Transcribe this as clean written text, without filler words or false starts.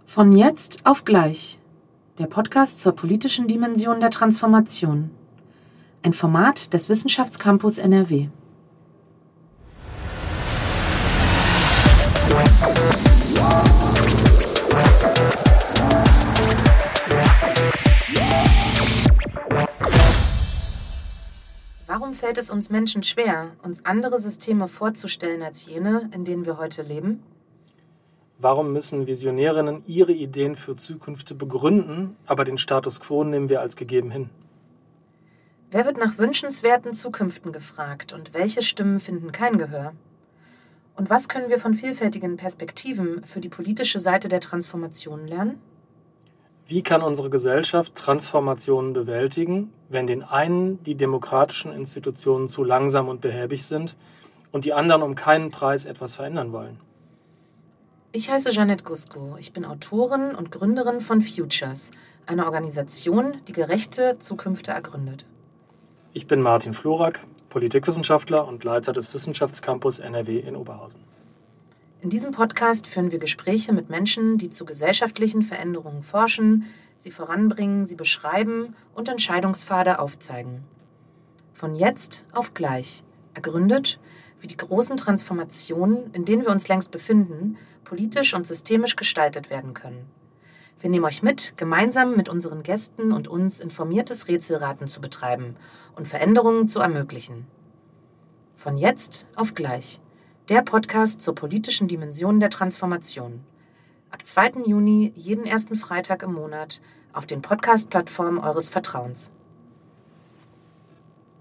Von jetzt auf gleich. Der Podcast zur politischen Dimension der Transformation. Ein Format des Wissenschaftscampus NRW. Warum fällt es uns Menschen schwer, uns andere Systeme vorzustellen als jene, in denen wir heute leben? Warum müssen Visionärinnen ihre Ideen für Zukünfte begründen, aber den Status quo nehmen wir als gegeben hin? Wer wird nach wünschenswerten Zukünften gefragt und welche Stimmen finden kein Gehör? Und was können wir von vielfältigen Perspektiven für die politische Seite der Transformation lernen? Wie kann unsere Gesellschaft Transformationen bewältigen, wenn den einen die demokratischen Institutionen zu langsam und behäbig sind und die anderen um keinen Preis etwas verändern wollen? Ich heiße Jeanette Gusko. Ich bin Autorin und Gründerin von Futures, einer Organisation, die gerechte Zukünfte ergründet. Ich bin Martin Florak, Politikwissenschaftler und Leiter des Wissenschaftscampus NRW in Oberhausen. In diesem Podcast führen wir Gespräche mit Menschen, die zu gesellschaftlichen Veränderungen forschen, sie voranbringen, sie beschreiben und Entscheidungspfade aufzeigen. Von jetzt auf gleich, ergründet, wie die großen Transformationen, in denen wir uns längst befinden, politisch und systemisch gestaltet werden können. Wir nehmen euch mit, gemeinsam mit unseren Gästen und uns informiertes Rätselraten zu betreiben und Veränderungen zu ermöglichen. Von jetzt auf gleich. Der Podcast zur politischen Dimension der Transformation. Ab 2. Juni jeden ersten Freitag im Monat auf den Podcast-Plattformen eures Vertrauens.